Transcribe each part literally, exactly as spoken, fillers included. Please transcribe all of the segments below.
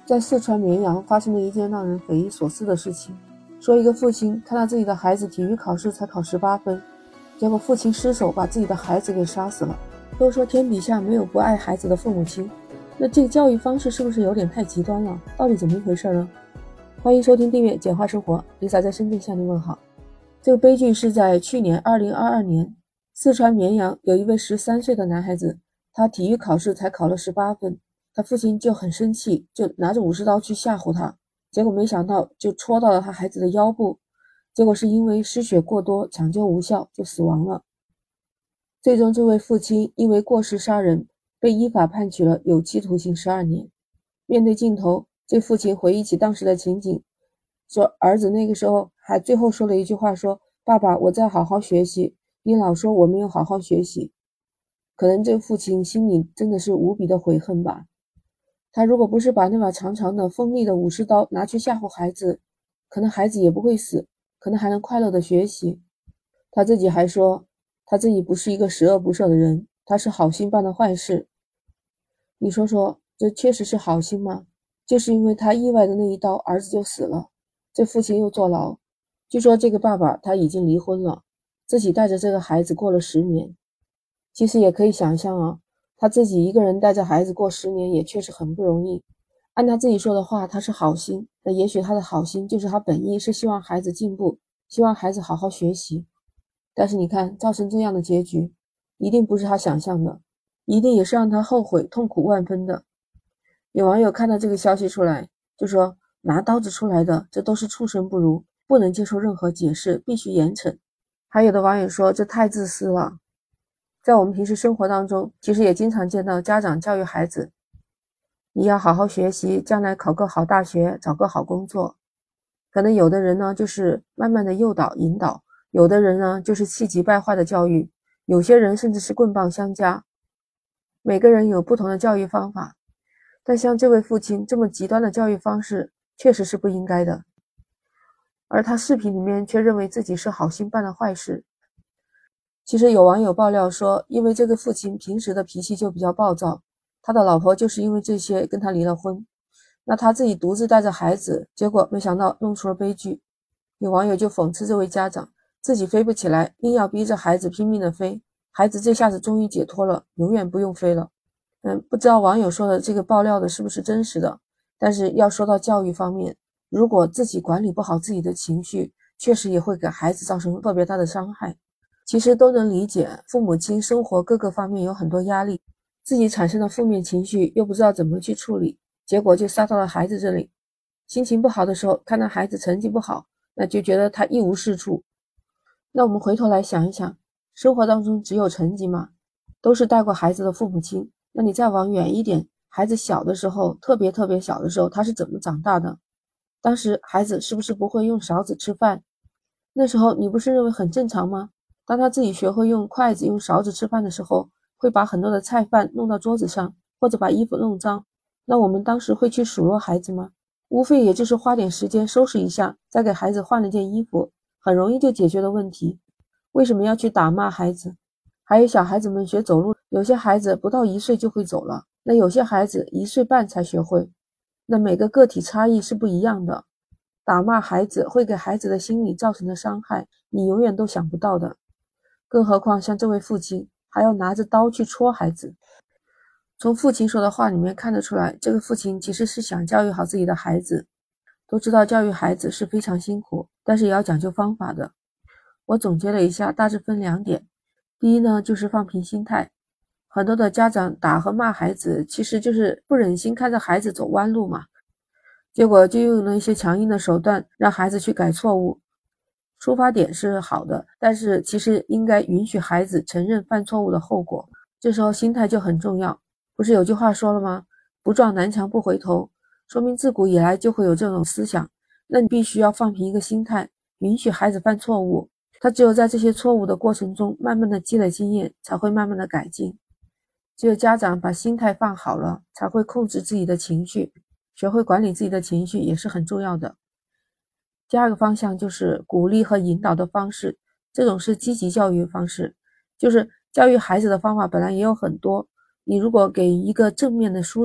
在四川绵阳发生了一件让人匪夷所思的事情，说一个父亲看到自己的孩子体育考试才考十八分，结果父亲失手把自己的孩子给杀死了。都说天底下没有不爱孩子的父母亲，那这个教育方式是不是有点太极端了？到底怎么一回事呢？欢迎收听订阅简化生活 Lisa 在深圳向您问好。这个悲剧是在去年二零二二年，四川绵阳有一位十三岁的男孩子，他体育考试才考了十八分，他父亲就很生气，就拿着武士刀去吓唬他，结果没想到就戳到了他孩子的腰部，结果是因为失血过多，抢救无效就死亡了。最终这位父亲因为过失杀人被依法判处了有期徒刑十二年。面对镜头，这父亲回忆起当时的情景，说儿子那个时候还最后说了一句话，说爸爸我在好好学习，你老说我没有好好学习。可能这个父亲心里真的是无比的悔恨吧。他如果不是把那把长长的锋利的武士刀拿去吓唬孩子，可能孩子也不会死，可能还能快乐的学习。他自己还说他自己不是一个十恶不赦的人，他是好心办的坏事。你说说，这确实是好心吗？就是因为他意外的那一刀，儿子就死了，这父亲又坐牢。据说这个爸爸他已经离婚了，自己带着这个孩子过了十年。其实也可以想象啊，他自己一个人带着孩子过十年也确实很不容易。按他自己说的话，他是好心，那也许他的好心就是他本意是希望孩子进步，希望孩子好好学习。但是你看，造成这样的结局，一定不是他想象的，一定也是让他后悔痛苦万分的。有网友看到这个消息出来，就说拿刀子出来的，这都是畜生不如，不能接受任何解释，必须严惩。还有的网友说这太自私了。在我们平时生活当中，其实也经常见到家长教育孩子，你要好好学习，将来考个好大学，找个好工作。可能有的人呢就是慢慢的诱导引导，有的人呢就是气急败坏的教育，有些人甚至是棍棒相加。每个人有不同的教育方法，但像这位父亲这么极端的教育方式确实是不应该的。而他视频里面却认为自己是好心办了坏事。其实有网友爆料说，因为这个父亲平时的脾气就比较暴躁，他的老婆就是因为这些跟他离了婚，那他自己独自带着孩子，结果没想到弄出了悲剧。有网友就讽刺这位家长，自己飞不起来，硬要逼着孩子拼命的飞，孩子这下子终于解脱了，永远不用飞了。嗯，不知道网友说的这个爆料的是不是真实的，但是要说到教育方面，如果自己管理不好自己的情绪，确实也会给孩子造成特别大的伤害。其实都能理解，父母亲生活各个方面有很多压力，自己产生的负面情绪又不知道怎么去处理，结果就撒到了孩子这里。心情不好的时候，看到孩子成绩不好，那就觉得他一无是处。那我们回头来想一想，生活当中只有成绩吗？都是带过孩子的父母亲，那你再往远一点，孩子小的时候，特别特别小的时候，他是怎么长大的？当时孩子是不是不会用勺子吃饭？那时候你不是认为很正常吗？当他自己学会用筷子用勺子吃饭的时候，会把很多的菜饭弄到桌子上，或者把衣服弄脏，那我们当时会去数落孩子吗？无非也就是花点时间收拾一下，再给孩子换了件衣服，很容易就解决了问题。为什么要去打骂孩子？还有小孩子们学走路，有些孩子不到一岁就会走了，那有些孩子一岁半才学会，那每个个体差异是不一样的。打骂孩子会给孩子的心理造成的伤害，你永远都想不到的。更何况像这位父亲还要拿着刀去戳孩子。从父亲说的话里面看得出来，这个父亲其实是想教育好自己的孩子。都知道教育孩子是非常辛苦，但是也要讲究方法的。我总结了一下，大致分两点。第一呢，就是放平心态。很多的家长打和骂孩子，其实就是不忍心看着孩子走弯路嘛，结果就用了一些强硬的手段让孩子去改错误。出发点是好的，但是其实应该允许孩子承认犯错误的后果，这时候心态就很重要。不是有句话说了吗？不撞南墙不回头，说明自古以来就会有这种思想。那你必须要放平一个心态，允许孩子犯错误，他只有在这些错误的过程中慢慢的积累经验，才会慢慢的改进。只有家长把心态放好了，才会控制自己的情绪，学会管理自己的情绪也是很重要的。第二个方向就是鼓励和引导的方式，这种是积极教育方式，就是教育孩子的方法本来也有很多，你如果给一个正面的疏导，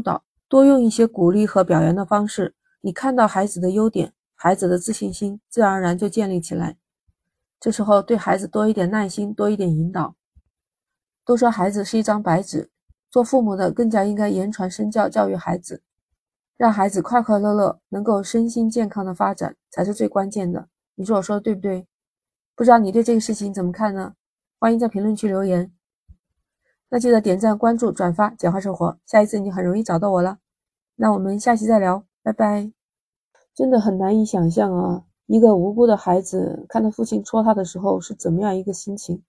多用一些鼓励和表扬的方式，你看到孩子的优点，孩子的自信心自然而然就建立起来。这时候对孩子多一点耐心，多一点引导。都说孩子是一张白纸，做父母的更加应该言传身教，教育孩子，让孩子快快乐乐，能够身心健康的发展才是最关键的。你说我说的对不对？不知道你对这个事情怎么看呢？欢迎在评论区留言。那记得点赞、关注、转发，简化生活，下一次你就很容易找到我了。那我们下期再聊，拜拜。真的很难以想象啊，一个无辜的孩子看到父亲戳他的时候是怎么样一个心情。